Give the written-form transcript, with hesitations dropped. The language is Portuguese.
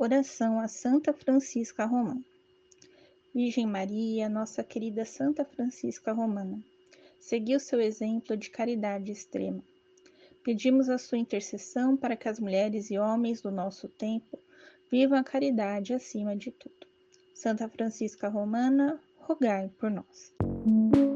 Oração a Santa Francisca Romana. Virgem Maria, nossa querida Santa Francisca Romana, segui o seu exemplo de caridade extrema. Pedimos a sua intercessão para que as mulheres e homens do nosso tempo vivam a caridade acima de tudo. Santa Francisca Romana, rogai por nós.